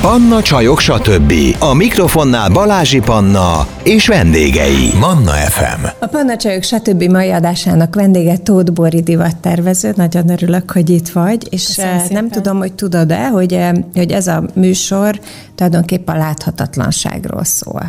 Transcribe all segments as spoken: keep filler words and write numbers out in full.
Panna Csajok, stb. A mikrofonnál Balázsi Panna és vendégei. Manna ef em. A Panna Csajok, stb. Mai adásának vendége Tóth Bori divattervező. Nagyon örülök, hogy itt vagy, és nem tudom, hogy tudod-e, hogy, hogy ez a műsor tulajdonképpen a láthatatlanságról szól.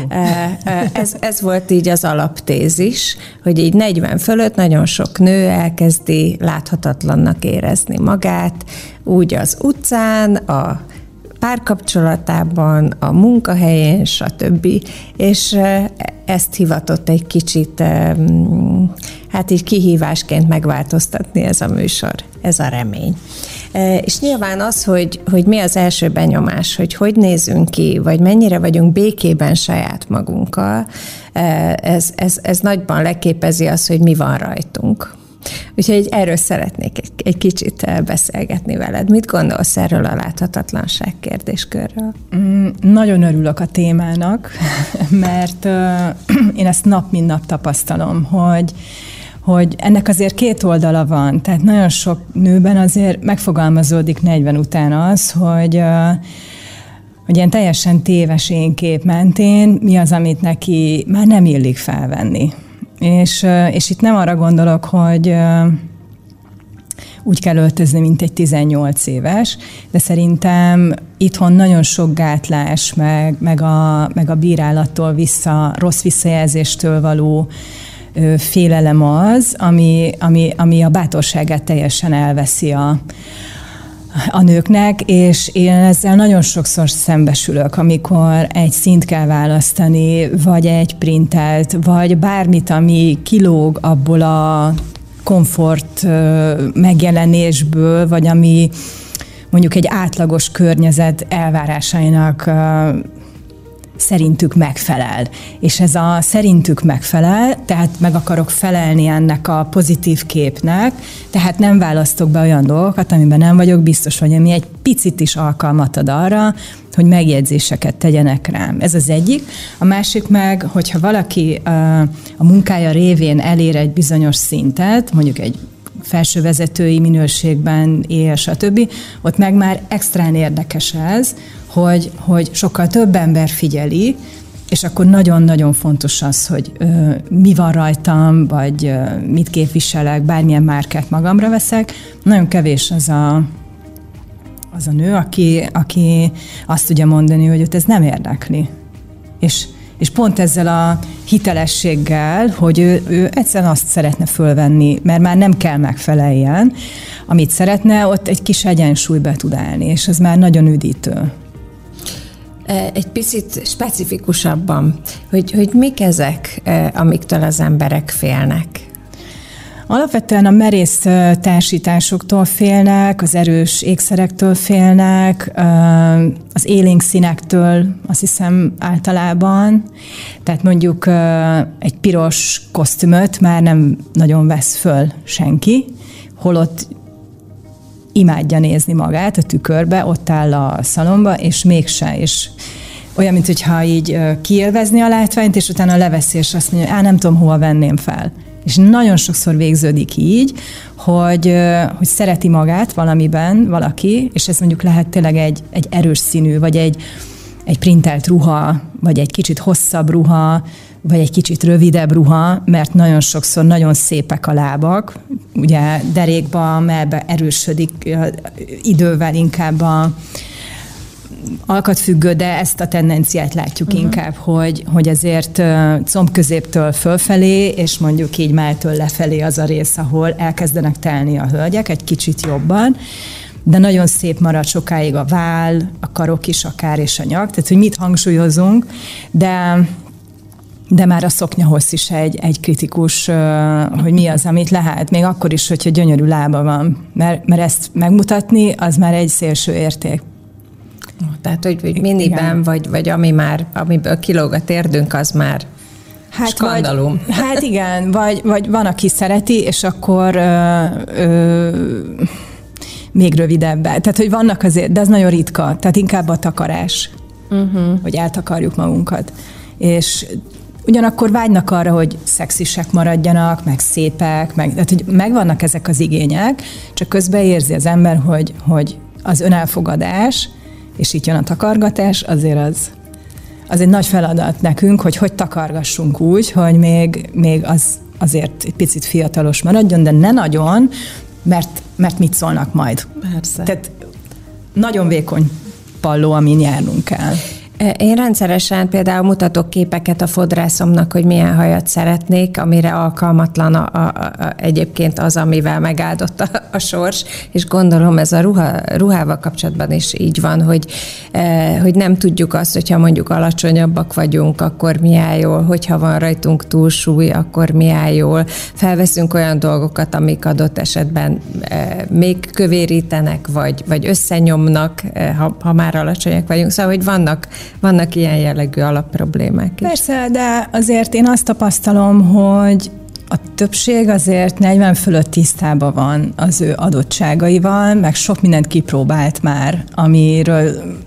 Ez, ez volt így az alaptézis, hogy így negyven fölött nagyon sok nő elkezdi láthatatlannak érezni magát, úgy az utcán, a párkapcsolatában, a munkahelyén, stb. És ezt hivatott egy kicsit, hát így kihívásként megváltoztatni ez a műsor, ez a remény. És nyilván az, hogy, hogy mi az első benyomás, hogy hogy nézünk ki, vagy mennyire vagyunk békében saját magunkkal, ez, ez, ez nagyban leképezi azt, hogy mi van rajtunk. Úgyhogy erről szeretnék egy, egy kicsit beszélgetni veled. Mit gondolsz erről a láthatatlanság kérdéskörről? Mm, nagyon örülök a témának, mert uh, én ezt nap mint nap tapasztalom, hogy, hogy ennek azért két oldala van. Tehát nagyon sok nőben azért megfogalmazódik negyven után az, hogy uh, hogy ilyen teljesen téves énkép mentén mi az, amit neki már nem illik felvenni. És, és itt nem arra gondolok, hogy úgy kell öltözni, mint egy tizennyolc éves, de szerintem itthon nagyon sok gátlás, meg, meg, a, meg a bírálattól vissza, rossz visszajelzéstől való félelem az, ami, ami, ami a bátorságát teljesen elveszi a, a nőknek, és én ezzel nagyon sokszor szembesülök, amikor egy színt kell választani, vagy egy printelt, vagy bármit, ami kilóg abból a komfort megjelenésből, vagy ami mondjuk egy átlagos környezet elvárásainak szerintük megfelel. És ez a szerintük megfelel, tehát meg akarok felelni ennek a pozitív képnek, tehát nem választok be olyan dolgokat, amiben nem vagyok biztos, vagy ami egy picit is alkalmat ad arra, hogy megjegyzéseket tegyenek rám. Ez az egyik. A másik meg, hogyha valaki a munkája révén elér egy bizonyos szintet, mondjuk egy felsővezetői minőségben él, stb., ott meg már extrán érdekes ez, hogy, hogy sokkal több ember figyeli, és akkor nagyon-nagyon fontos az, hogy ö, mi van rajtam, vagy ö, mit képviselek, bármilyen márkát magamra veszek. Nagyon kevés az a, az a nő, aki, aki azt tudja mondani, hogy őt ez nem érdekli. És És pont ezzel a hitelességgel, hogy ő, ő egyszerűen azt szeretne fölvenni, mert már nem kell megfeleljen, amit szeretne, ott egy kis egyensúlyba tud állni, és ez már nagyon üdítő. Egy picit specifikusabban, hogy, hogy mik ezek, amiktől az emberek félnek? Alapvetően a merész társításoktól félnek, az erős ékszerektől félnek, az élénk színektől, azt hiszem általában. Tehát mondjuk egy piros kosztümöt már nem nagyon vesz föl senki, holott imádja nézni magát a tükörbe, ott áll a szalomba, és mégse, és olyan, mintha így kiélvezni a látványt, és utána leveszi, és azt mondja, á, nem tudom, hova venném fel. És nagyon sokszor végződik így, hogy, hogy szereti magát valamiben valaki, és ez mondjuk lehet tényleg egy, egy erős színű, vagy egy, egy printelt ruha, vagy egy kicsit hosszabb ruha, vagy egy kicsit rövidebb ruha, mert nagyon sokszor nagyon szépek a lábak, ugye derékba, mellbe erősödik idővel inkább a alkatfüggő, de ezt a tendenciát látjuk uh-huh. inkább, hogy, hogy azért combközéptől fölfelé, és mondjuk így melltől lefelé az a rész, ahol elkezdenek telni a hölgyek egy kicsit jobban, de nagyon szép marad sokáig a váll, a karok is akár, és a nyak, tehát hogy mit hangsúlyozunk, de de már a szoknyahossz is egy, egy kritikus, hogy mi az, amit lehet, még akkor is, hogyha gyönyörű lába van, mert, mert ezt megmutatni, az már egy szélső érték. Tehát, hogy, hogy miniben, vagy, vagy ami már, amiből kilóg a térdünk, az már hát skandalum. Vagy, hát igen, vagy, vagy van, aki szereti, és akkor ö, ö, még rövidebb. Tehát, hogy vannak azért, de ez nagyon ritka. Tehát inkább a takarás, uh-huh. hogy eltakarjuk magunkat. És ugyanakkor vágynak arra, hogy szexisek maradjanak, meg szépek, meg, tehát, hogy megvannak ezek az igények, csak közben érzi az ember, hogy, hogy az önelfogadás és itt jön a takargatás, azért az, az egy nagy feladat nekünk, hogy hogy takargassunk úgy, hogy még, még az azért egy picit fiatalos maradjon, de ne nagyon, mert, mert mit szólnak majd. Persze. Tehát nagyon vékony palló, amin járnunk kell. Én rendszeresen például mutatok képeket a fodrászomnak, hogy milyen hajat szeretnék, amire alkalmatlan a, a, a, egyébként az, amivel megáldott a, a sors, és gondolom ez a ruha, ruhával kapcsolatban is így van, hogy, eh, hogy nem tudjuk azt, hogyha mondjuk alacsonyabbak vagyunk, akkor mi áll jól, hogyha van rajtunk túlsúly, akkor mi áll jól. Felveszünk olyan dolgokat, amik adott esetben eh, még kövérítenek, vagy, vagy összenyomnak, eh, ha, ha már alacsonyak vagyunk. Szóval, hogy vannak Vannak ilyen jellegű alapproblémák is. Persze, de azért én azt tapasztalom, hogy a többség azért negyven fölött tisztában van az ő adottságaival, meg sok mindent kipróbált már, amiről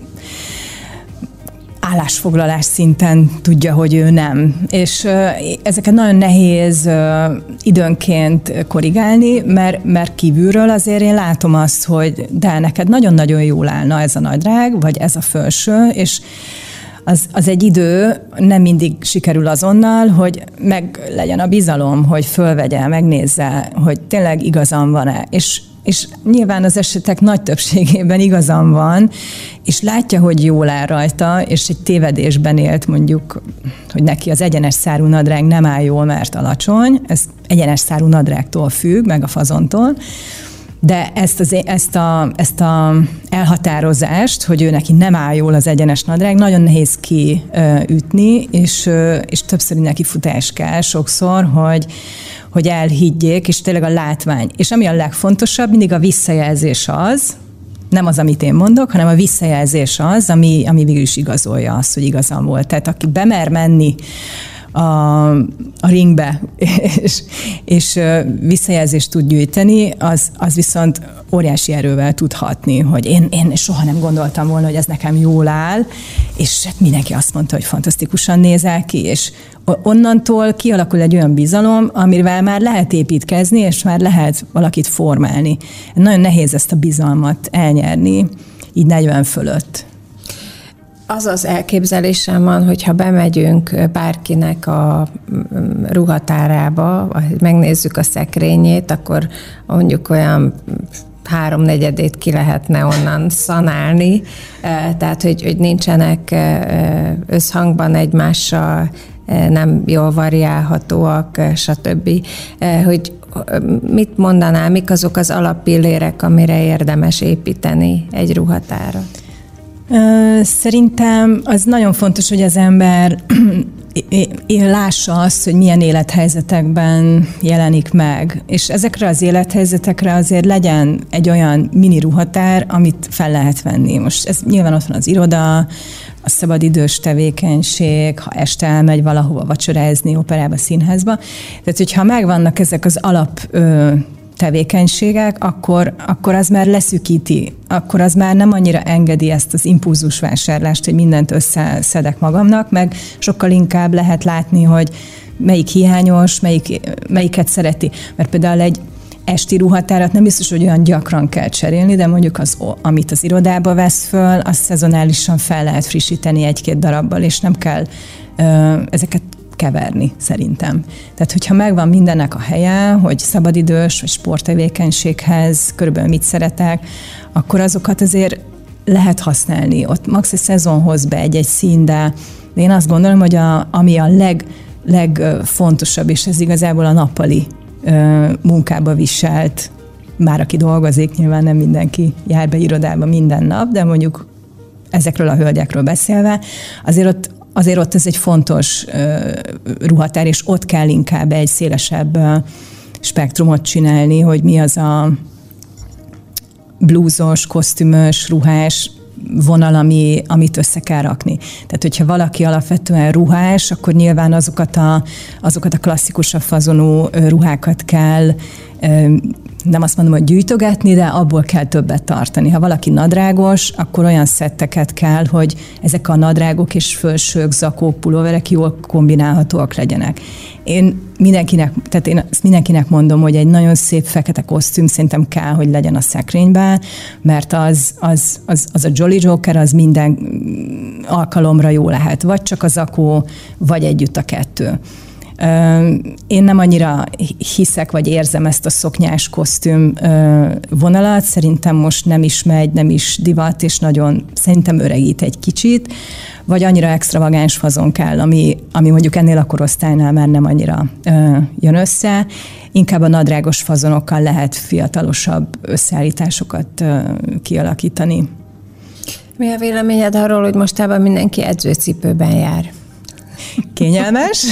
állásfoglalás szinten tudja, hogy ő nem. És ezeket nagyon nehéz időnként korrigálni, mert, mert kívülről azért én látom azt, hogy de neked nagyon-nagyon jól állna ez a nadrág, vagy ez a felső, és az, az egy idő, nem mindig sikerül azonnal, hogy meg legyen a bizalom, hogy fölvegye, megnézze, hogy tényleg igazam van-e. És És nyilván az esetek nagy többségében igazam van, és látja, hogy jól áll rajta, és egy tévedésben élt mondjuk, hogy neki az egyenes szárú nadrág nem áll jól, mert alacsony, ez egyenes szárú nadrágtól függ, meg a fazontól, de ezt, az, ezt, a, ezt a elhatározást, hogy ő neki nem áll jól az egyenes nadrág, nagyon nehéz kiütni, és, és többször neki futás kell sokszor, hogy hogy elhiggyék, és tényleg a látvány. És ami a legfontosabb, mindig a visszajelzés az, nem az, amit én mondok, hanem a visszajelzés az, ami, ami végül is igazolja azt, hogy igazam volt. Tehát aki bemer menni a, a ringbe, és, és visszajelzést tud gyűjteni, az, az viszont óriási erővel tud hatni, hogy én, én soha nem gondoltam volna, hogy ez nekem jól áll, és hát mindenki azt mondta, hogy fantasztikusan nézel ki, és onnantól kialakul egy olyan bizalom, amivel már lehet építkezni, és már lehet valakit formálni. Nagyon nehéz ezt a bizalmat elnyerni, így negyven fölött. Az az elképzelésem van, hogyha bemegyünk bárkinek a ruhatárába, megnézzük a szekrényét, akkor mondjuk olyan háromnegyedét ki lehetne onnan szanálni, tehát hogy, hogy nincsenek összhangban egymással, nem jól variálhatóak, stb. Hogy mit mondanál, mik azok az alappillérek, amire érdemes építeni egy ruhatárat? Szerintem az nagyon fontos, hogy az ember lássa azt, hogy milyen élethelyzetekben jelenik meg. És ezekre az élethelyzetekre azért legyen egy olyan mini ruhatár, amit fel lehet venni. Most ez nyilván ott van az iroda, a szabadidős tevékenység, ha este elmegy valahova vacsorázni, operába, színházba. Tehát, hogyha megvannak ezek az alap ö, tevékenységek, akkor, akkor az már leszűkíti, akkor az már nem annyira engedi ezt az impulzus vásárlást, hogy mindent összeszedek magamnak, meg sokkal inkább lehet látni, hogy melyik hiányos, melyik, melyiket szereti. Mert például egy esti ruhatárat nem biztos, hogy olyan gyakran kell cserélni, de mondjuk az, amit az irodába vesz föl, azt szezonálisan fel lehet frissíteni egy-két darabbal, és nem kell ö, ezeket keverni, szerintem. Tehát, hogyha megvan mindennek a helye, hogy szabadidős, vagy sporttevékenységhez körülbelül mit szeretek, akkor azokat azért lehet használni. Ott max. Egy szezon hoz be egy-egy szín, de én azt gondolom, hogy a, ami a leg, legfontosabb, és ez igazából a nappali ö, munkába viselt, már aki dolgozik, nyilván nem mindenki jár be irodába minden nap, de mondjuk ezekről a hölgyekről beszélve, azért ott Azért ott ez egy fontos uh, ruhatár, és ott kell inkább egy szélesebb uh, spektrumot csinálni, hogy mi az a blúzos, kosztümös, ruhás vonal, ami, amit össze kell rakni. Tehát, hogyha valaki alapvetően ruhás, akkor nyilván azokat a, azokat a klasszikusabb fazonú ruhákat kell uh, nem azt mondom, hogy gyűjtögetni, de abból kell többet tartani. Ha valaki nadrágos, akkor olyan szetteket kell, hogy ezek a nadrágok és fölsők, zakók, pulóverek jól kombinálhatóak legyenek. Én mindenkinek, tehát én ezt mindenkinek mondom, hogy egy nagyon szép fekete kosztüm szerintem kell, hogy legyen a szekrényben, mert az, az, az, az a Jolly Joker, az minden alkalomra jó lehet. Vagy csak a zakó, vagy együtt a kettő. Én nem annyira hiszek, vagy érzem ezt a szoknyás kosztüm vonalat, szerintem most nem is megy, nem is divat, és nagyon szerintem öregít egy kicsit, vagy annyira extravagáns fazon kell, ami, ami mondjuk ennél a korosztálynál már nem annyira jön össze. Inkább a nadrágos fazonokkal lehet fiatalosabb összeállításokat kialakítani. Mi a véleményed arról, hogy mostában mindenki edzőcipőben jár? Kényelmes.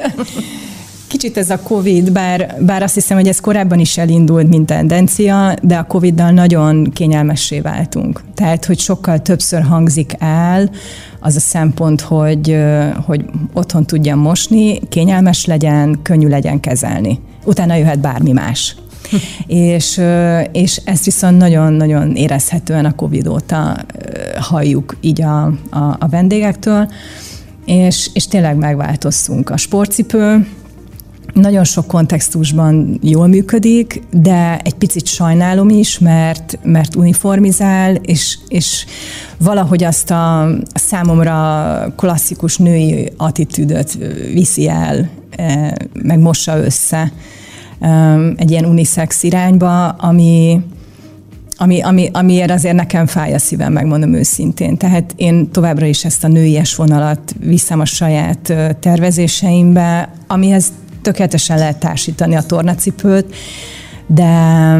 Kicsit ez a Covid, bár, bár azt hiszem, hogy ez korábban is elindult, mint tendencia, de a Coviddal nagyon kényelmessé váltunk. Tehát, hogy sokkal többször hangzik el az a szempont, hogy, hogy otthon tudjam mosni, kényelmes legyen, könnyű legyen kezelni. Utána jöhet bármi más. és, és ezt viszont nagyon-nagyon érezhetően a Covid óta halljuk így a, a, a vendégektől, és, és tényleg megváltoztunk. A sportcipő nagyon sok kontextusban jól működik, de egy picit sajnálom is, mert, mert uniformizál, és, és valahogy azt a, a számomra klasszikus női attitűdöt viszi el, meg mossa össze egy ilyen unisex irányba, ami, ami, ami, amiért azért nekem fáj a szívem, megmondom őszintén. Tehát én továbbra is ezt a nőies vonalat viszem a saját tervezéseimbe, amihez tökéletesen lehet társítani a tornacipőt, de,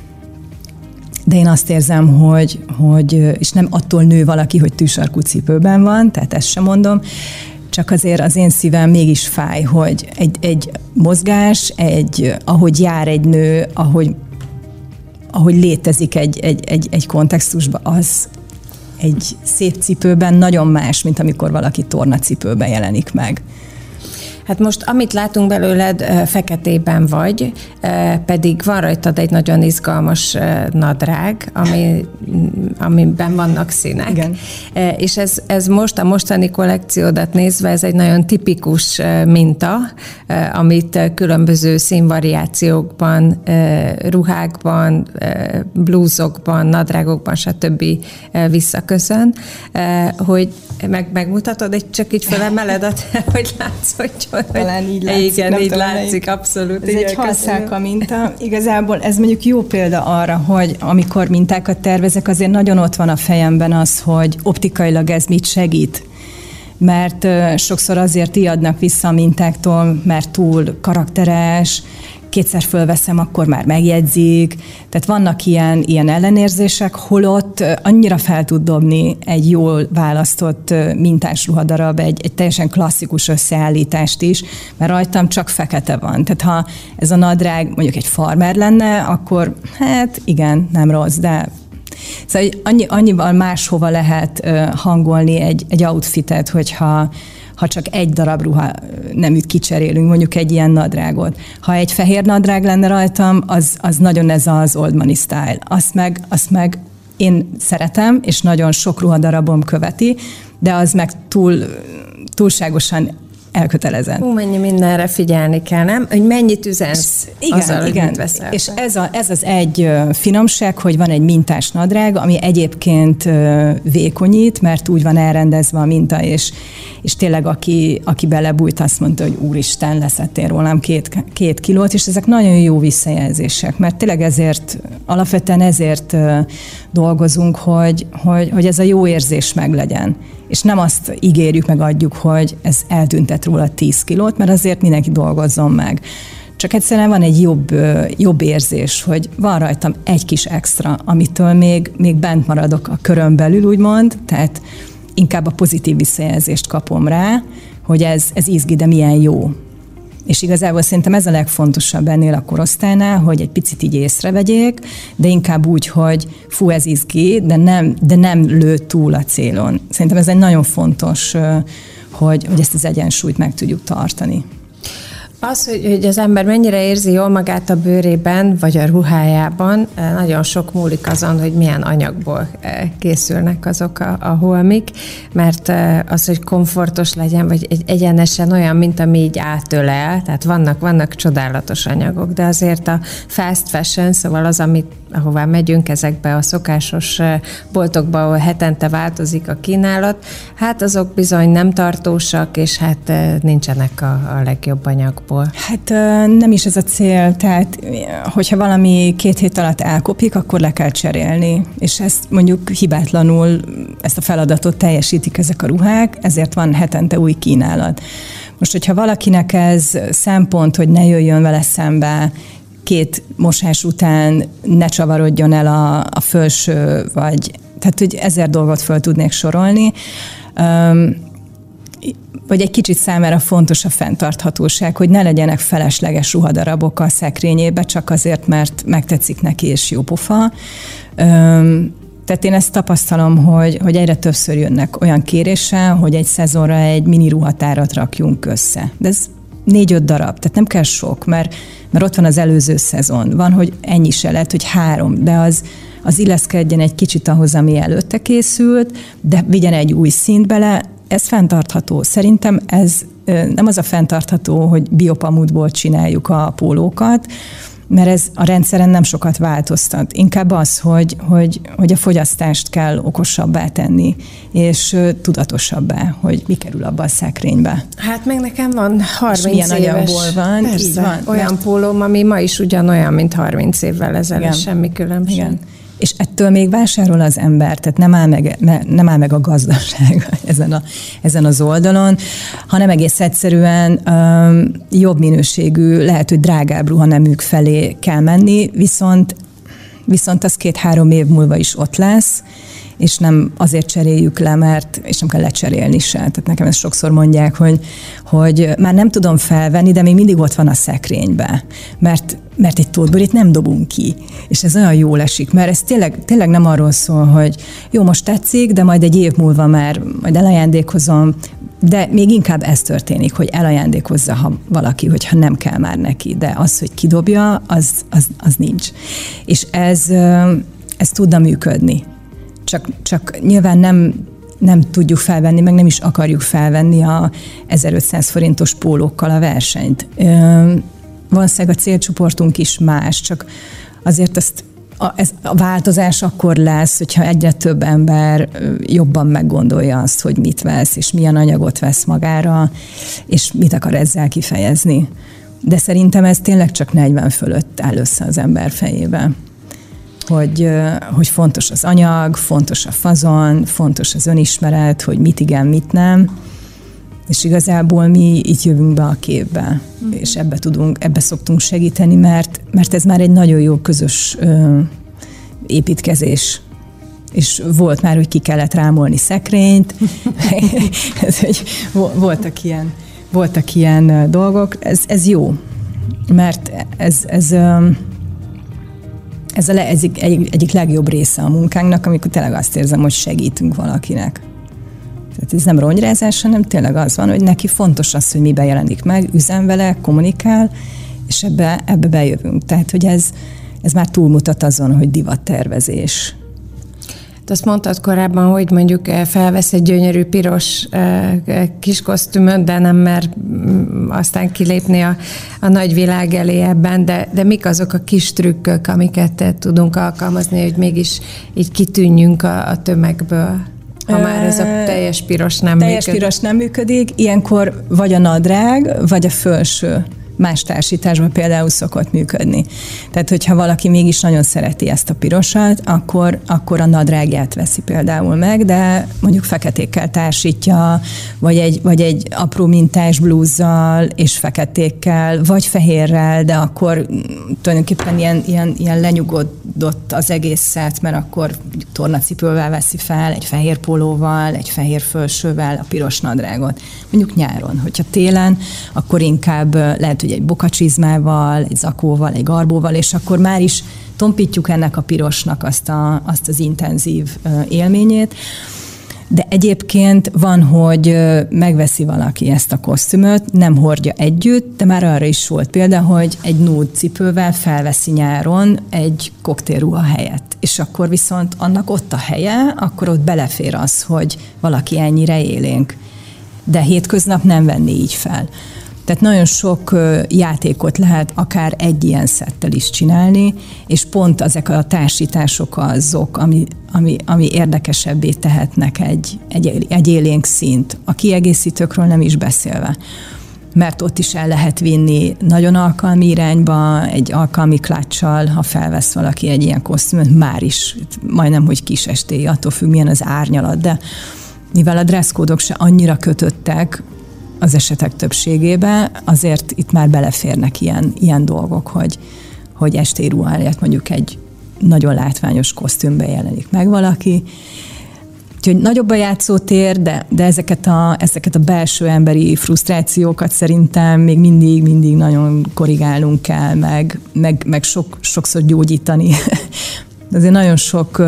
de én azt érzem, hogy, hogy, és nem attól nő valaki, hogy tűsarkú cipőben van, tehát ezt sem mondom, csak azért az én szívem mégis fáj, hogy egy, egy mozgás, egy, ahogy jár egy nő, ahogy, ahogy létezik egy, egy, egy, egy kontextusban, az egy szép cipőben nagyon más, mint amikor valaki tornacipőben jelenik meg. Hát most, amit látunk belőled, feketében vagy, pedig van rajtad egy nagyon izgalmas nadrág, ami, amiben vannak színek. Igen. És ez, ez most, a mostani kollekciódat nézve, ez egy nagyon tipikus minta, amit különböző színvariációkban, ruhákban, blúzokban, nadrágokban, stb. Visszaköszön, hogy meg, megmutatod, hogy csak így felemeled, hogy látsz, hogy talán így látszik. Igen, így látszik, abszolút. Ez egy haszálka minta. Igazából ez mondjuk jó példa arra, hogy amikor mintákat tervezek, azért nagyon ott van a fejemben az, hogy optikailag ez mit segít. Mert sokszor azért ijednek vissza a mintáktól, mert túl karakteres, kétszer fölveszem, akkor már megjegyzik. Tehát vannak ilyen, ilyen ellenérzések, holott annyira fel tud dobni egy jól választott mintás ruhadarab, egy, egy teljesen klasszikus összeállítást is, mert rajtam csak fekete van. Tehát ha ez a nadrág mondjuk egy farmer lenne, akkor hát igen, nem rossz, de szóval annyi, annyival máshova lehet hangolni egy, egy outfitet, hogyha ha csak egy darab ruha neműt kicserélünk, mondjuk egy ilyen nadrágot. Ha egy fehér nadrág lenne rajtam, az, az nagyon ez az old money style. Azt meg, azt meg én szeretem, és nagyon sok ruhadarabom követi, de az meg túl, túlságosan elkötelezett. Hú, mennyi mindenre figyelni kell, nem? Hogy mennyit üzensz igen, azzal, igen. hogy mit veszel. És ez, a, ez az egy finomság, hogy van egy mintás nadrág, ami egyébként vékonyít, mert úgy van elrendezve a minta, és, és tényleg aki, aki belebújt, azt mondta, hogy úristen, leszettél rólam két, két kilót, és ezek nagyon jó visszajelzések, mert tényleg ezért, alapvetően ezért dolgozunk, hogy, hogy, hogy ez a jó érzés meglegyen. És nem azt ígérjük, meg adjuk, hogy ez eltüntet róla tíz kilót, mert azért mindenki dolgozzon meg. Csak egyszerűen van egy jobb, jobb érzés, hogy van rajtam egy kis extra, amitől még, még bent maradok a körön belül, úgymond, tehát inkább a pozitív visszajelzést kapom rá, hogy ez, ez izgi, de milyen jó. És igazából szerintem ez a legfontosabb ennél a korosztálynál, hogy egy picit így észrevegyék, de inkább úgy, hogy fú, ez izgi, de nem, de nem lő túl a célon. Szerintem ez egy nagyon fontos, hogy, hogy ezt az egyensúlyt meg tudjuk tartani. Az, hogy, hogy az ember mennyire érzi jól magát a bőrében, vagy a ruhájában, nagyon sok múlik azon, hogy milyen anyagból készülnek azok a, a holmik, mert az, hogy komfortos legyen, vagy egy, egyenesen olyan, mint ami így átölel, tehát vannak, vannak csodálatos anyagok, de azért a fast fashion, szóval az, amit, ahová megyünk ezekbe a szokásos boltokba, ahol hetente változik a kínálat, hát azok bizony nem tartósak, és hát nincsenek a, a legjobb anyagból. Hát nem is ez a cél, tehát hogyha valami két hét alatt elkopik, akkor le kell cserélni, és ezt mondjuk hibátlanul, ezt a feladatot teljesítik ezek a ruhák, ezért van hetente új kínálat. Most, hogyha valakinek ez szempont, hogy ne jöjjön vele szembe, két mosás után ne csavarodjon el a, a fölső, vagy tehát, hogy ezer dolgot föl tudnék sorolni, um, vagy egy kicsit számára fontos a fenntarthatóság, hogy ne legyenek felesleges ruhadarabok a szekrényébe, csak azért, mert megtetszik neki, és jó pofa. Tehát én ezt tapasztalom, hogy, hogy egyre többször jönnek olyan kéréssel, hogy egy szezonra egy mini ruhatárat rakjunk össze. De ez négy-öt darab, tehát nem kell sok, mert, mert ott van az előző szezon. Van, hogy ennyi se lehet, hogy három, de az, az illeszkedjen egy kicsit ahhoz, ami előtte készült, de vigyen egy új színt bele. Ez fenntartható. Szerintem ez nem az a fenntartható, hogy biopamutból csináljuk a pólókat, mert ez a rendszeren nem sokat változtat. Inkább az, hogy, hogy, hogy a fogyasztást kell okosabbá tenni, és tudatosabbá, hogy mi kerül abba a szekrénybe. Hát meg nekem van harminc milyen éves. anyagból van. Persze, így van. Olyan mert... pólóm, ami ma is ugyanolyan, mint harminc évvel ezelőtt, semmi különbség. Igen. És ettől még vásárol az ember, tehát nem áll meg, nem áll meg a gazdaság ezen, a, ezen az oldalon, hanem egész egyszerűen um, jobb minőségű, lehet, hogy drágább ruhaneműk felé kell menni, viszont, viszont az két-három év múlva is ott lesz, és nem azért cseréljük le, mert, és nem kell lecserélni se. Tehát nekem ezt sokszor mondják, hogy, hogy már nem tudom felvenni, de még mindig ott van a szekrénybe, mert, mert egy tótborit nem dobunk ki. És ez olyan jól esik, mert ez tényleg, tényleg nem arról szól, hogy jó, most tetszik, de majd egy év múlva már majd elajándékozom, de még inkább ez történik, hogy elajándékozza ha valaki, hogyha nem kell már neki, de az, hogy kidobja, az, az, az nincs. És ez, ez tudna működni. Csak, csak nyilván nem, nem tudjuk felvenni, meg nem is akarjuk felvenni a ezerötszáz forintos pólókkal a versenyt. Valószínűleg a célcsoportunk is más, csak azért ezt, a, ez, a változás akkor lesz, hogyha egyre több ember jobban meggondolja azt, hogy mit vesz, és milyen anyagot vesz magára, és mit akar ezzel kifejezni. De szerintem ez tényleg csak negyven fölött áll össze az ember fejébe. Hogy, hogy fontos az anyag, fontos a fazon, fontos az önismeret, hogy mit igen, mit nem. És igazából mi itt jövünk be a képbe, mm. és ebbe tudunk, ebbe szoktunk segíteni, mert, mert ez már egy nagyon jó közös ö, építkezés. És volt már, hogy ki kellett rámolni szekrényt. ez, hogy voltak ilyen, voltak ilyen dolgok. Ez, ez jó, mert ez... ez Ez a le, egyik, egy, egyik legjobb része a munkánknak, amikor tényleg azt érzem, hogy segítünk valakinek. Tehát ez nem ronyrázás, hanem tényleg az van, hogy neki fontos az, hogy miben jelenik meg, üzen vele, kommunikál, és ebbe, ebbe bejövünk. Tehát, hogy ez, ez már túlmutat azon, hogy divattervezés. Azt mondtad korábban, hogy mondjuk felvesz egy gyönyörű piros kis kosztümöt, de nem mer aztán kilépni a, a nagyvilág elé ebben, de, de mik azok a kis trükkök, amiket tudunk alkalmazni, hogy mégis így kitűnjünk a, a tömegből? Ha már ez a teljes piros nem teljes működik. Teljes piros nem működik, ilyenkor vagy a nadrág, vagy a fölső. Más társításban például szokott működni. Tehát, hogyha valaki mégis nagyon szereti ezt a pirosat, akkor, akkor a nadrágját veszi például meg, de mondjuk feketékkel társítja, vagy egy, vagy egy apró mintás blúzzal és feketékkel, vagy fehérrel, de akkor tulajdonképpen ilyen, ilyen, ilyen lenyugodott az egészet, mert akkor tornacipővel veszi fel, egy fehér pólóval, egy fehér fölsővel a piros nadrágot. Mondjuk nyáron, hogyha télen, akkor inkább lehet, hogy egy bokacsizmával, egy zakóval, egy garbóval, és akkor már is tompítjuk ennek a pirosnak azt, a, azt az intenzív élményét. De egyébként van, hogy megveszi valaki ezt a kosztümöt, nem hordja együtt, de már arra is volt példa, hogy egy nude cipővel felveszi nyáron egy koktélruha helyett. És akkor viszont annak ott a helye, akkor ott belefér az, hogy valaki ennyire élénk. De hétköznap nem venni így fel. Tehát nagyon sok játékot lehet akár egy ilyen szettel is csinálni, és pont ezek a társítások azok, ami, ami, ami érdekesebbé tehetnek egy, egy, egy élénk színt. A kiegészítőkről nem is beszélve. Mert ott is el lehet vinni nagyon alkalmi irányba, egy alkalmi kláccsal, ha felvesz valaki egy ilyen kosztümöt, már is majdnem, hogy kis estély, attól függ, milyen az árnyalat, de mivel a dresszkódok se annyira kötöttek az esetek többségében, azért itt már beleférnek ilyen, ilyen dolgok, hogy, hogy esti ruháját mondjuk egy nagyon látványos kosztümbe jelenik meg valaki. Úgyhogy nagyobb a játszótér, de, de ezeket, a, ezeket a belső emberi frusztrációkat szerintem még mindig, mindig nagyon korrigálnunk kell, meg, meg, meg sok, sokszor gyógyítani. Azért nagyon sok...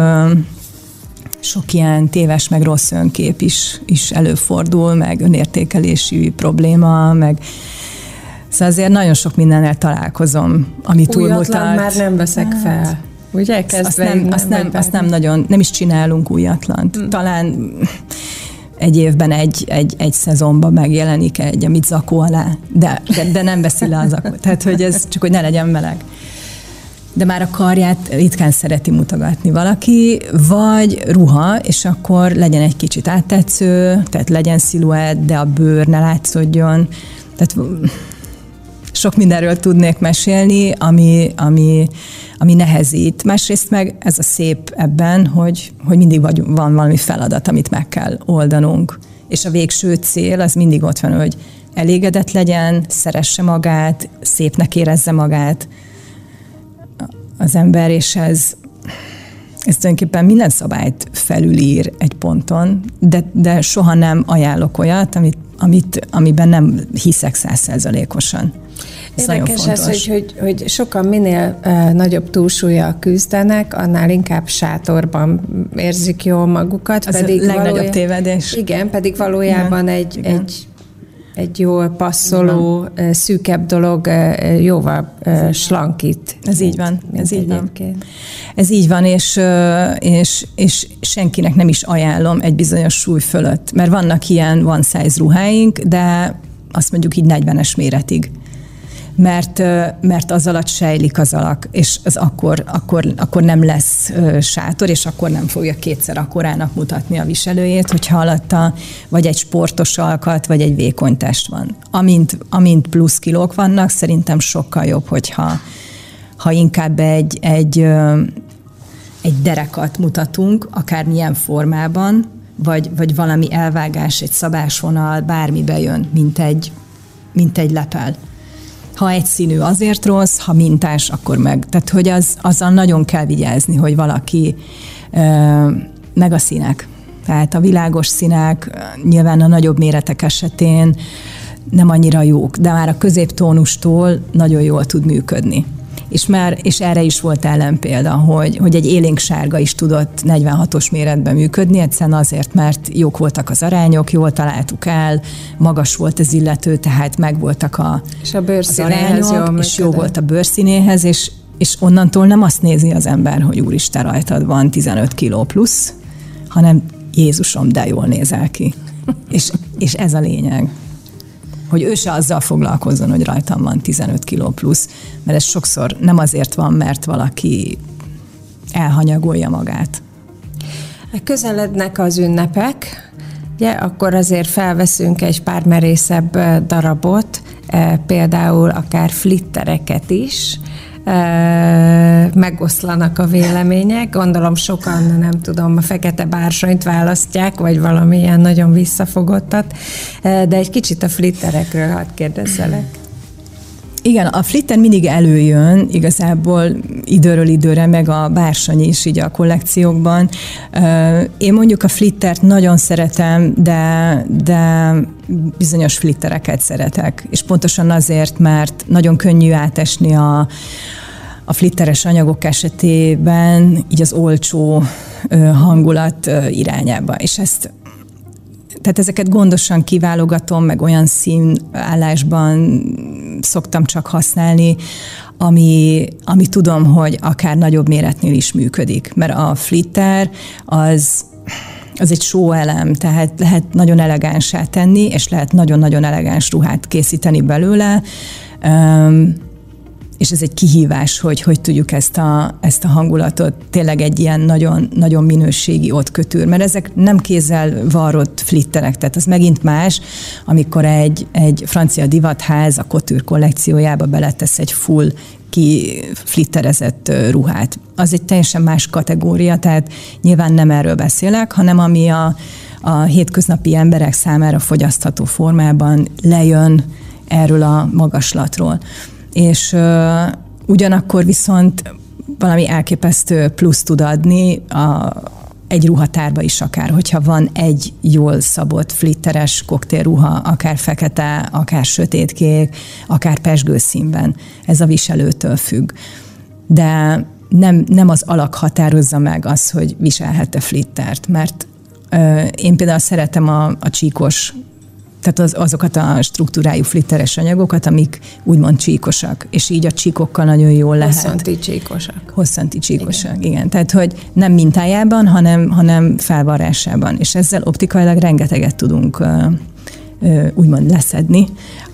sok ilyen téves, meg rossz önkép is, is előfordul, meg önértékelési probléma, meg szóval azért nagyon sok mindennel találkozom, ami túlmutat. Újatlan már nem veszek fel. Ugye? Azt nem, nem, azt, nem, azt nem nagyon, nem is csinálunk újatlant. Hmm. Talán egy évben egy, egy, egy szezonban megjelenik egy, amit zakó alá, de, de, de nem veszi le a zakót. Tehát, hogy ez csak, hogy ne legyen meleg. De már a karját ritkán szereti mutogatni valaki, vagy ruha, és akkor legyen egy kicsit áttetsző, tehát legyen sziluett, de a bőr ne látszódjon. Tehát sok mindenről tudnék mesélni, ami, ami, ami nehezít. Másrészt meg ez a szép ebben, hogy, hogy mindig vagy, van valami feladat, amit meg kell oldanunk. És a végső cél az mindig ott van, hogy elégedett legyen, szeresse magát, szépnek érezze magát az ember, és ez, ez tulajdonképpen minden szabályt felülír egy ponton, de, de soha nem ajánlok olyat, amit, amit, amiben nem hiszek százszerzalékosan. Érdekes ez, hogy, hogy, hogy sokan minél uh, nagyobb túlsúllyal küzdenek, annál inkább sátorban érzik jól magukat. Az pedig a legnagyobb valójá... tévedés. Igen, pedig valójában igen, egy, igen. egy egy jól passzoló, igen. szűkebb dolog jóval slankít. Ez így van. Ez így van. Ez így van, és, és, és senkinek nem is ajánlom egy bizonyos súly fölött, mert vannak ilyen one size ruháink, de azt mondjuk így negyvenes méretig. Mert, mert az alatt sejlik az alak, és az akkor, akkor, akkor nem lesz sátor, és akkor nem fogja kétszer akkorának mutatni a viselőjét, hogyha alatta vagy egy sportos alkat, vagy egy vékony test van. Amint, amint plusz kilók vannak, szerintem sokkal jobb, hogyha ha inkább egy, egy, egy derekat mutatunk, akármilyen formában, vagy, vagy valami elvágás, egy szabásvonal, bármi bejön, mint egy, mint egy lepel. Ha egyszínű, azért rossz, ha mintás, akkor meg. Tehát, hogy az, azzal nagyon kell vigyázni, hogy valaki meg a színek. Tehát a világos színek nyilván a nagyobb méretek esetén nem annyira jók, de már a középtónustól nagyon jól tud működni. És már, és erre is volt ellenpélda, hogy, hogy egy élénk sárga is tudott negyvenhatos méretben működni, egyszerűen azért, mert jók voltak az arányok, jól találtuk el, magas volt az illető, tehát megvoltak a, és a bőrszínéhez az arányok, és jó volt a bőrszínéhez, és, és onnantól nem azt nézi az ember, hogy úristen, rajtad van tizenöt kiló plusz, hanem Jézusom, de jól nézel ki. és, és ez a lényeg. Hogy ő se azzal foglalkozzon, hogy rajtam van tizenöt kiló plusz, mert ez sokszor nem azért van, mert valaki elhanyagolja magát. Közelednek az ünnepek, ugye, akkor azért felveszünk egy pár merészebb darabot, például akár flittereket is, megoszlanak a vélemények. Gondolom sokan, nem tudom, a fekete bársanyt választják, vagy valamilyen nagyon visszafogottat, de egy kicsit a flitterekről hadd kérdezzelek. Igen, a flitter mindig előjön, igazából időről időre, meg a bársony is így a kollekciókban. Én mondjuk a flittert nagyon szeretem, de, de bizonyos flittereket szeretek. És pontosan azért, mert nagyon könnyű átesni a, a flitteres anyagok esetében így az olcsó hangulat irányába. És ezt tehát ezeket gondosan kiválogatom, meg olyan színállásban szoktam csak használni, ami, ami tudom, hogy akár nagyobb méretnél is működik. Mert a flitter az, az egy show elem, tehát lehet nagyon elegánsá tenni, és lehet nagyon-nagyon elegáns ruhát készíteni belőle, um, és ez egy kihívás, hogy hogy tudjuk ezt a, ezt a hangulatot tényleg egy ilyen nagyon, nagyon minőségi ott kötőr, mert ezek nem kézzel varrott flitterek, tehát az megint más, amikor egy, egy francia divatház a couture kollekciójába beletesz egy full ki flitterezett ruhát. Az egy teljesen más kategória, tehát nyilván nem erről beszélek, hanem ami a, a hétköznapi emberek számára fogyasztható formában lejön erről a magaslatról. És uh, ugyanakkor viszont valami elképesztő plusz tud adni a, egy ruhatárba is akár, hogyha van egy jól szabott flitteres koktélruha, akár fekete, akár sötétkék, akár pezsgőszínben. Ez a viselőtől függ. De nem, nem az alak határozza meg az, hogy viselhet-e flittert, mert uh, én például szeretem a, a csíkos, tehát az, azokat a struktúrájú flitteres anyagokat, amik úgymond csíkosak, és így a csíkokkal nagyon jól lehet. Hosszanti csíkosak. Hosszanti csíkosak, igen. igen. Tehát, hogy nem mintájában, hanem, hanem felvarrásában. És ezzel optikailag rengeteget tudunk uh, uh, úgymond leszedni a,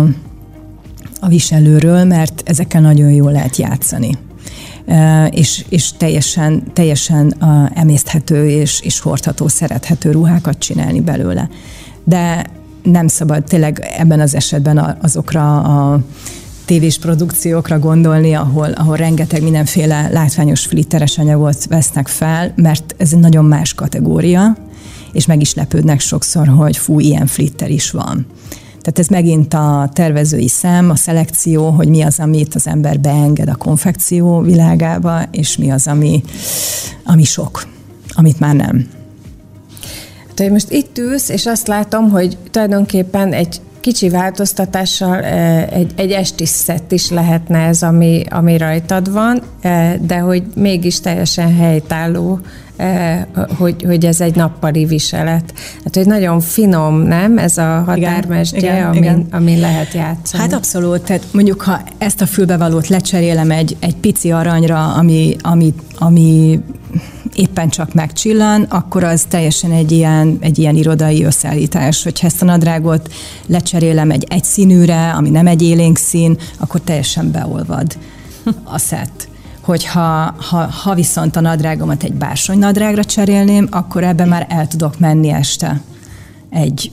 a viselőről, mert ezekkel nagyon jól lehet játszani. Uh, és, és teljesen, teljesen uh, emészthető és, és hordható, szerethető ruhákat csinálni belőle. De nem szabad tényleg ebben az esetben azokra a tévés produkciókra gondolni, ahol, ahol rengeteg mindenféle látványos flitteres anyagot vesznek fel, mert ez egy nagyon más kategória, és meg is lepődnek sokszor, hogy fú, ilyen flitter is van. Tehát ez megint a tervezői szem, a szelekció, hogy mi az, amit az ember beenged a konfekció világába, és mi az, ami, ami sok, amit már nem. Tehát most itt ülsz, és azt látom, hogy tulajdonképpen egy kicsi változtatással egy, egy esti szett is lehetne ez, ami, ami rajtad van, de hogy mégis teljesen helytálló, hogy, hogy ez egy nappali viselet. Hát, hogy nagyon finom, nem? Ez a határmesdje, amin, amin lehet játszani. Hát abszolút. Tehát mondjuk, ha ezt a fülbevalót lecserélem egy, egy pici aranyra, ami, ami, ami éppen csak megcsillan, akkor az teljesen egy ilyen, egy ilyen irodai összeállítás. Hogyha ezt a nadrágot lecserélem egy egyszínűre, ami nem egy élénk szín, akkor teljesen beolvad a szett. Hogyha ha, ha viszont a nadrágomat egy bársony nadrágra cserélném, akkor ebben már el tudok menni este. Egy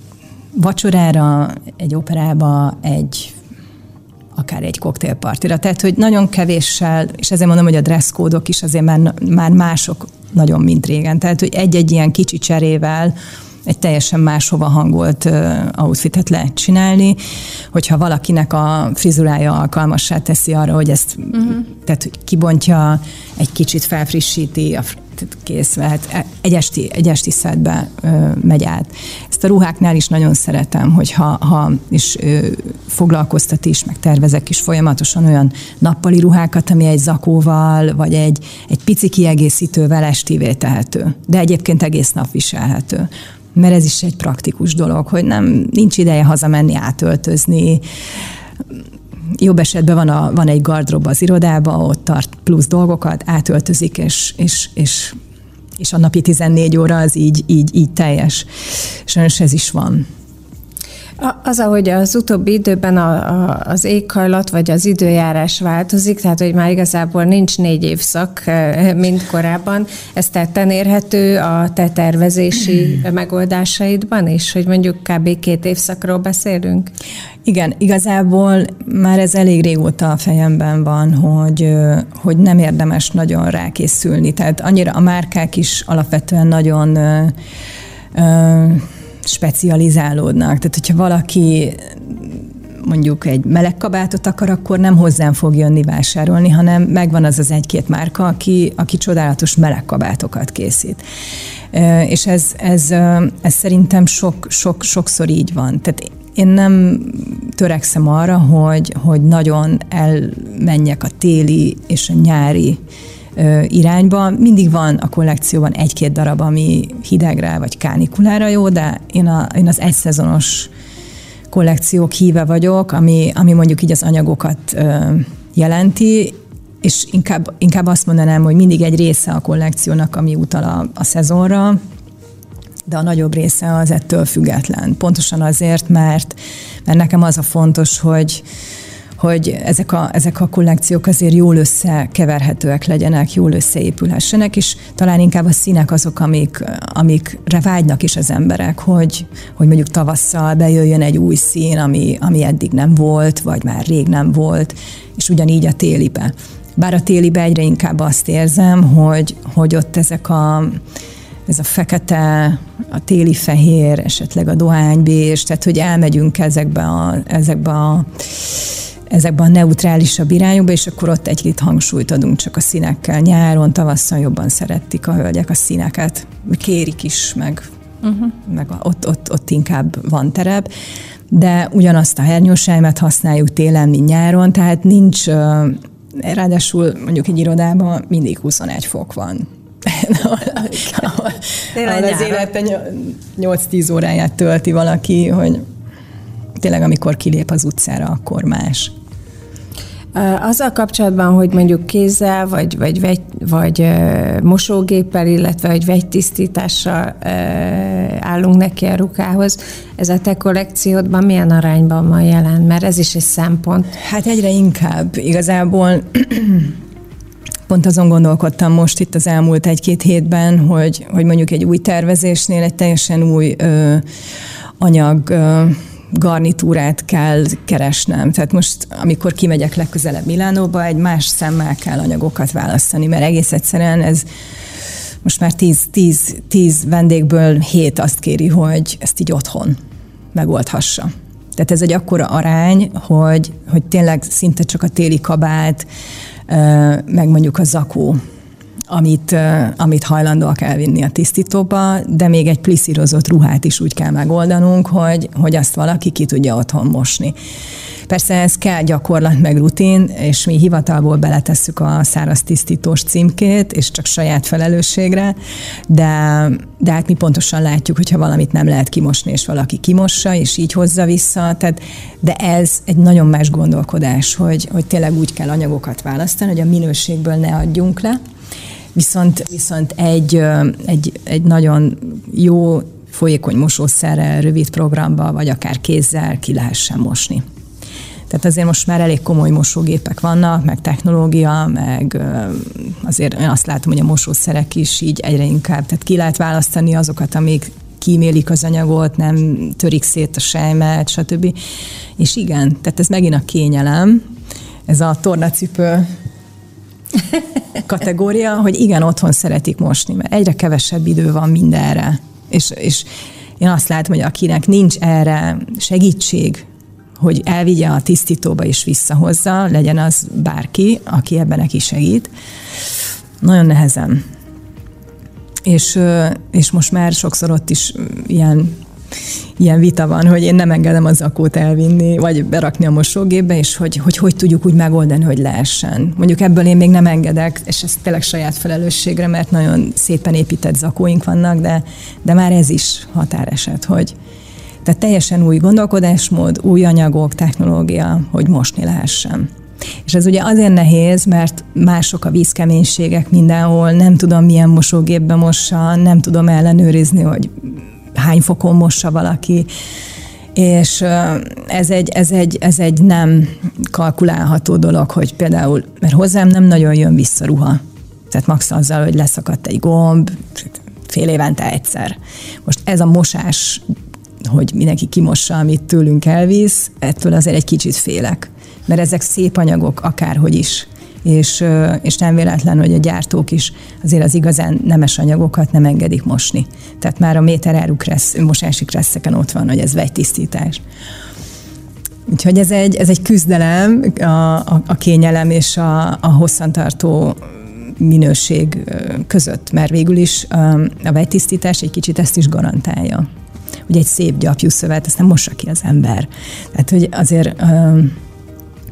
vacsorára, egy operába, egy akár egy koktélpartira. Tehát, hogy nagyon kevéssel, és ezért mondom, hogy a dresszkódok is azért már, már mások nagyon, mint régen. Tehát, hogy egy-egy ilyen kicsi cserével egy teljesen máshova hangolt uh, outfitet lehet csinálni, hogyha valakinek a frizurája alkalmassá teszi arra, hogy ezt uh-huh. tehát, hogy kibontja, egy kicsit felfrissíti, a, kész lehet, egy esti, egy esti szettbe uh, megy át. Ezt a ruháknál is nagyon szeretem, hogyha ha, és uh, foglalkoztat is, meg tervezek is folyamatosan olyan nappali ruhákat, ami egy zakóval, vagy egy, egy pici kiegészítővel estévé tehető, de egyébként egész nap viselhető. Mert ez is egy praktikus dolog, hogy nem nincs ideje hazamenni, átöltözni. Jobb esetben van, a, van egy gardrób az irodába, ott tart plusz dolgokat, átöltözik, és, és, és, és a napi tizennégy óra az így, így, így teljes. Sajnos ez is van. Az, ahogy az utóbbi időben a, a, az éghajlat vagy az időjárás változik, tehát hogy már igazából nincs négy évszak, mint korábban, ez tetten érhető a te tervezési megoldásaidban is, hogy mondjuk kb. Két évszakról beszélünk? Igen, igazából már ez elég régóta a fejemben van, hogy, hogy nem érdemes nagyon rákészülni. Tehát annyira a márkák is alapvetően nagyon ö, ö, specializálódnak. Tehát, hogyha valaki mondjuk egy meleg kabátot akar, akkor nem hozzám fog jönni vásárolni, hanem megvan az az egy-két márka, aki, aki csodálatos meleg kabátokat készít. És ez, ez, ez szerintem sok, sok, sokszor így van. Tehát én nem törekszem arra, hogy, hogy nagyon elmenjek a téli és a nyári irányba. Mindig van a kollekcióban egy-két darab, ami hidegre vagy kánikulára jó, de én, a, én az egyszezonos kollekciók híve vagyok, ami, ami mondjuk így az anyagokat jelenti, és inkább, inkább azt mondanám, hogy mindig egy része a kollekciónak, ami utal a, a szezonra, de a nagyobb része az ettől független. Pontosan azért, mert, mert nekem az a fontos, hogy, hogy ezek a, ezek a kollekciók azért jól összekeverhetőek legyenek, jól összeépülhessenek, és talán inkább a színek azok, amik, amikre vágynak is az emberek, hogy, hogy mondjuk tavasszal bejöjjön egy új szín, ami, ami eddig nem volt, vagy már rég nem volt, és ugyanígy a télibe. Bár a télibe egyre inkább azt érzem, hogy, hogy ott ezek a ez a fekete, a téli fehér, esetleg a dohánybés, tehát hogy elmegyünk ezekbe a, ezekbe a, ezekbe a neutrálisabb irányokba, és akkor ott egy-két hangsúlyt adunk csak a színekkel. Nyáron, tavasszal jobban szeretik a hölgyek a színeket, kérik is, meg, uh-huh. meg ott, ott, ott inkább van terep, de ugyanazt a hernyósájmet használjuk télen, mint nyáron, tehát nincs, ráadásul mondjuk egy irodában mindig huszonegy fok van. ahol, ahol az életben nyolc-tíz óráját tölti valaki, hogy tényleg amikor kilép az utcára, akkor más. Azzal kapcsolatban, hogy mondjuk kézzel, vagy, vagy, vagy, vagy mosógéppel, illetve vagy vegytisztítással állunk neki a ruhához, ez a te kollekciódban milyen arányban van jelen? Mert ez is egy szempont. Hát egyre inkább. Igazából pont azon gondolkodtam most itt az elmúlt egy-két hétben, hogy, hogy mondjuk egy új tervezésnél egy teljesen új ö, anyag ö, garnitúrát kell keresnem. Tehát most, amikor kimegyek legközelebb Milánóba, egy más szemmel kell anyagokat választani, mert egész egyszerűen ez most már tíz, tíz, tíz vendégből hét azt kéri, hogy ezt így otthon megoldhassa. Tehát ez egy akkora arány, hogy, hogy tényleg szinte csak a téli kabát, meg mondjuk a zakó, amit, amit hajlandóak elvinni a tisztítóba, de még egy pliszírozott ruhát is úgy kell megoldanunk, hogy, hogy azt valaki ki tudja otthon mosni. Persze ez kell gyakorlat meg rutin, és mi hivatalból beletesszük a száraz tisztítós címkét, és csak saját felelősségre, de, de hát mi pontosan látjuk, hogyha valamit nem lehet kimosni, és valaki kimossa, és így hozza vissza. Tehát, de ez egy nagyon más gondolkodás, hogy, hogy tényleg úgy kell anyagokat választani, hogy a minőségből ne adjunk le, viszont, viszont egy, egy, egy nagyon jó folyékony mosószerrel, rövid programba, vagy akár kézzel ki lehessen mosni. Tehát azért most már elég komoly mosógépek vannak, meg technológia, meg azért én azt látom, hogy a mosószerek is így egyre inkább, tehát ki lehet választani azokat, amik kímélik az anyagot, nem törik szét a sejmet, stb. És igen, tehát ez megint a kényelem, ez a tornacipő kategória, hogy igen, otthon szeretik mosni, mert egyre kevesebb idő van mindenre. És, és én azt látom, hogy akinek nincs erre segítség, hogy elvigye a tisztítóba és visszahozza, legyen az bárki, aki ebben neki segít. Nagyon nehezen. És, és most már sokszor ott is ilyen, ilyen vita van, hogy én nem engedem a zakót elvinni, vagy berakni a mosógépbe, és hogy, hogy hogy tudjuk úgy megoldani, hogy lehessen. Mondjuk ebből én még nem engedek, és ez tényleg saját felelősségre, mert nagyon szépen épített zakóink vannak, de, de már ez is határeset, hogy tehát teljesen új gondolkodásmód, új anyagok, technológia, hogy mosni lehessen. És ez ugye azért nehéz, mert mások a vízkeménységek mindenhol, nem tudom milyen mosógépbe mossa, nem tudom ellenőrizni, hogy hány fokon mossa valaki, és ez egy, ez egy, ez egy nem kalkulálható dolog, hogy például, mert hozzám nem nagyon jön vissza ruha. Tehát max azzal, hogy leszakadt egy gomb, fél évente egyszer. Most ez a mosás, hogy mindenki kimossa, amit tőlünk elvisz, ettől azért egy kicsit félek. Mert ezek szép anyagok, akárhogy is. És, és nem véletlen, hogy a gyártók is azért az igazán nemes anyagokat nem engedik mosni. Tehát már a méteráru kressz, mosási kresszeken ott van, hogy ez vegytisztítás. Úgyhogy ez egy, ez egy küzdelem, a, a, a kényelem és a, a hosszantartó minőség között, mert végül is a vegytisztítás egy kicsit ezt is garantálja. Hogy egy szép gyapjú szövet, ezt nem mossa ki az ember. Tehát, hogy azért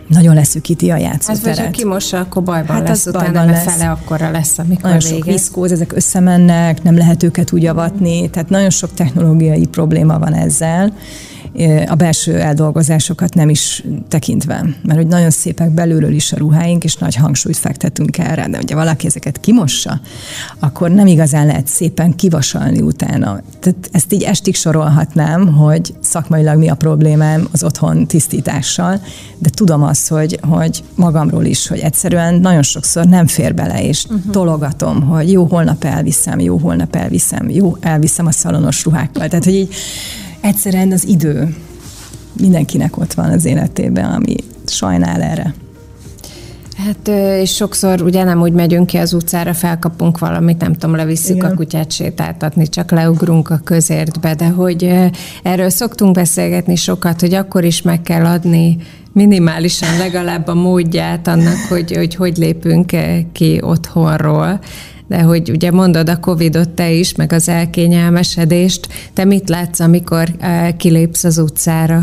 nagyon leszűkíti a játszóteret. Hát, vagy kimossa, akkor bajban hát lesz, utána bajban lesz. fele akkora lesz, amikor nagyon vége. Sok viszkóz, ezek összemennek, nem lehet őket úgy avatni, tehát nagyon sok technológiai probléma van ezzel, a belső eldolgozásokat nem is tekintve, mert hogy nagyon szépek belülről is a ruháink, és nagy hangsúlyt fektetünk erre, de ugye valaki ezeket kimossa, akkor nem igazán lehet szépen kivasalni utána. Tehát ezt így estig sorolhatnám, hogy szakmailag mi a problémám az otthon tisztítással, de tudom azt, hogy, hogy magamról is, hogy egyszerűen nagyon sokszor nem fér bele, és uh-huh. tologatom, hogy jó, holnap elviszem, jó, holnap elviszem, jó, elviszem a szalonos ruhákkal. Tehát, hogy így egyszerűen az idő mindenkinek ott van az életében, ami sajnál erre. Hát, és sokszor ugye nem úgy megyünk ki az utcára, felkapunk valamit, nem tudom, levisszük Igen. a kutyát sétáltatni, csak leugrunk a közértbe, de hogy erről szoktunk beszélgetni sokat, hogy akkor is meg kell adni minimálisan legalább a módját annak, hogy hogy, hogy lépünk ki otthonról. De hogy ugye mondod a Covidot te is, meg az elkényelmesedést, te mit látsz, amikor kilépsz az utcára?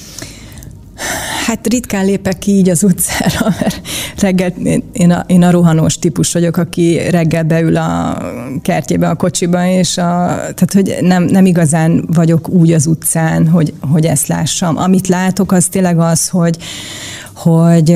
Hát ritkán lépek ki így az utcára, mert reggel én a, én a rohanós típus vagyok, aki reggel beül a kertjébe, a kocsiba, és a, tehát hogy nem, nem igazán vagyok úgy az utcán, hogy, hogy ezt lássam. Amit látok, az tényleg az, hogy, hogy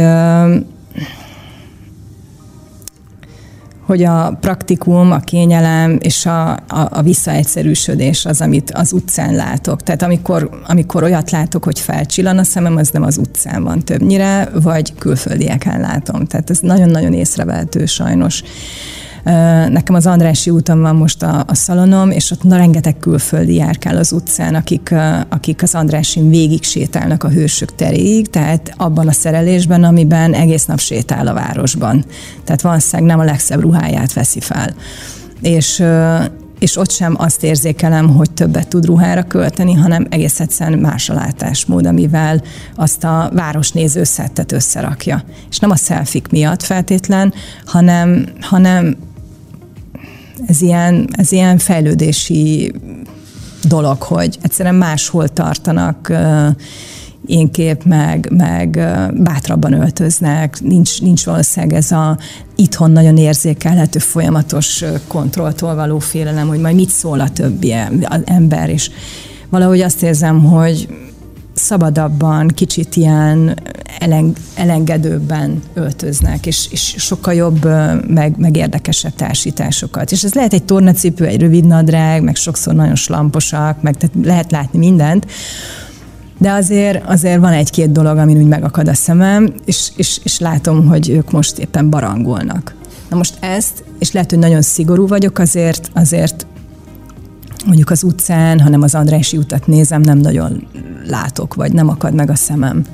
hogy a praktikum, a kényelem és a, a, a visszaegyszerűsödés az, amit az utcán látok. Tehát amikor, amikor olyat látok, hogy felcsillan a szemem, az nem az utcán van többnyire, vagy külföldieken látom. Tehát ez nagyon-nagyon észrevehető sajnos. Nekem az Andrássy úton van most a, a szalonom, és ott na, rengeteg külföldi járkál az utcán, akik, akik az Andrássyn végig sétálnak a Hősök teréig, tehát abban a szerelésben, amiben egész nap sétál a városban. Tehát valószínűleg nem a legszebb ruháját veszi fel. És, és ott sem azt érzékelem, hogy többet tud ruhára költeni, hanem egész egyszerűen más a látásmód, amivel azt a városnéző szettet összerakja. És nem a szelfik miatt feltétlen, hanem, hanem ez ilyen, ez ilyen fejlődési dolog, hogy egyszerűen máshol tartanak, énkép, meg, meg bátrabban öltöznek, nincs, nincs valószínűleg ez a itthon nagyon érzékelhető folyamatos kontrolltól való félelem, hogy majd mit szól a többi ember, és valahogy azt érzem, hogy szabadabban, kicsit ilyen eleng, elengedőbben öltöznek, és, és sokkal jobb, meg, meg érdekesebb társításokat. És ez lehet egy tornacipő, egy rövid nadrág, meg sokszor nagyon slamposak, meg tehát lehet látni mindent, de azért, azért van egy-két dolog, amin úgy megakad a szemem, és, és, és látom, hogy ők most éppen barangolnak. Na most ezt, és lehet, hogy nagyon szigorú vagyok, azért, azért mondjuk az utcán, hanem az Andrássy utat nézem, nem nagyon látok, vagy nem akad meg a szemem.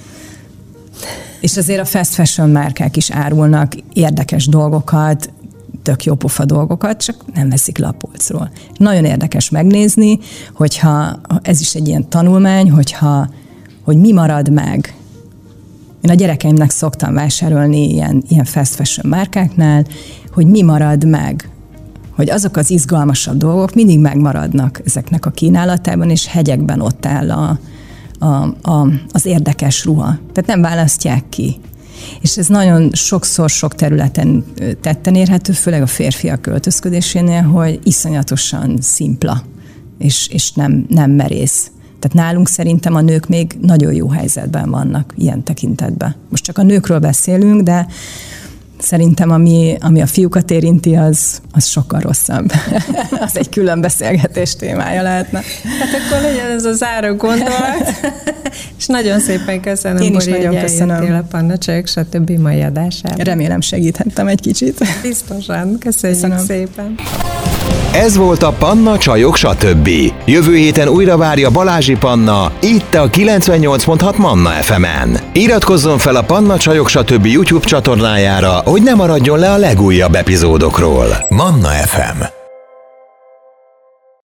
És azért a fast fashion márkák is árulnak érdekes dolgokat, tök jó pofa dolgokat, csak nem veszik le a polcról. Nagyon érdekes megnézni, hogyha ez is egy ilyen tanulmány, hogyha, hogy mi marad meg. Én a gyerekeimnek szoktam vásárolni ilyen, ilyen fast fashion márkáknál, hogy mi marad meg. Hogy azok az izgalmasabb dolgok mindig megmaradnak ezeknek a kínálatában, és hegyekben ott áll a, a, a, az érdekes ruha. Tehát nem választják ki. És ez nagyon sokszor sok területen tetten érhető, főleg a férfiak költözködésénél, hogy iszonyatosan szimpla, és, és nem, nem merész. Tehát nálunk szerintem a nők még nagyon jó helyzetben vannak ilyen tekintetben. Most csak a nőkről beszélünk, de szerintem ami, ami a fiúkat érinti, az, az sokkal rosszabb. Az egy külön beszélgetés témája lehetne. Hát akkor legyen ez a záró gondolat. És nagyon szépen köszönöm, Én is hogy nagyon köszönöm. a Panna Csajok stb. Mai adásában. Remélem segíthettem egy kicsit. Biztosan. Köszönjük köszönöm. szépen. Ez volt a Panna Csajok stb. Jövő héten újra várja Balázsi Panna, itt a kilencvennyolc pont hat Manna ef emen. Iratkozzon fel a Panna Csajok stb. YouTube csatornájára, hogy ne maradjon le a legújabb epizódokról. Manna ef em.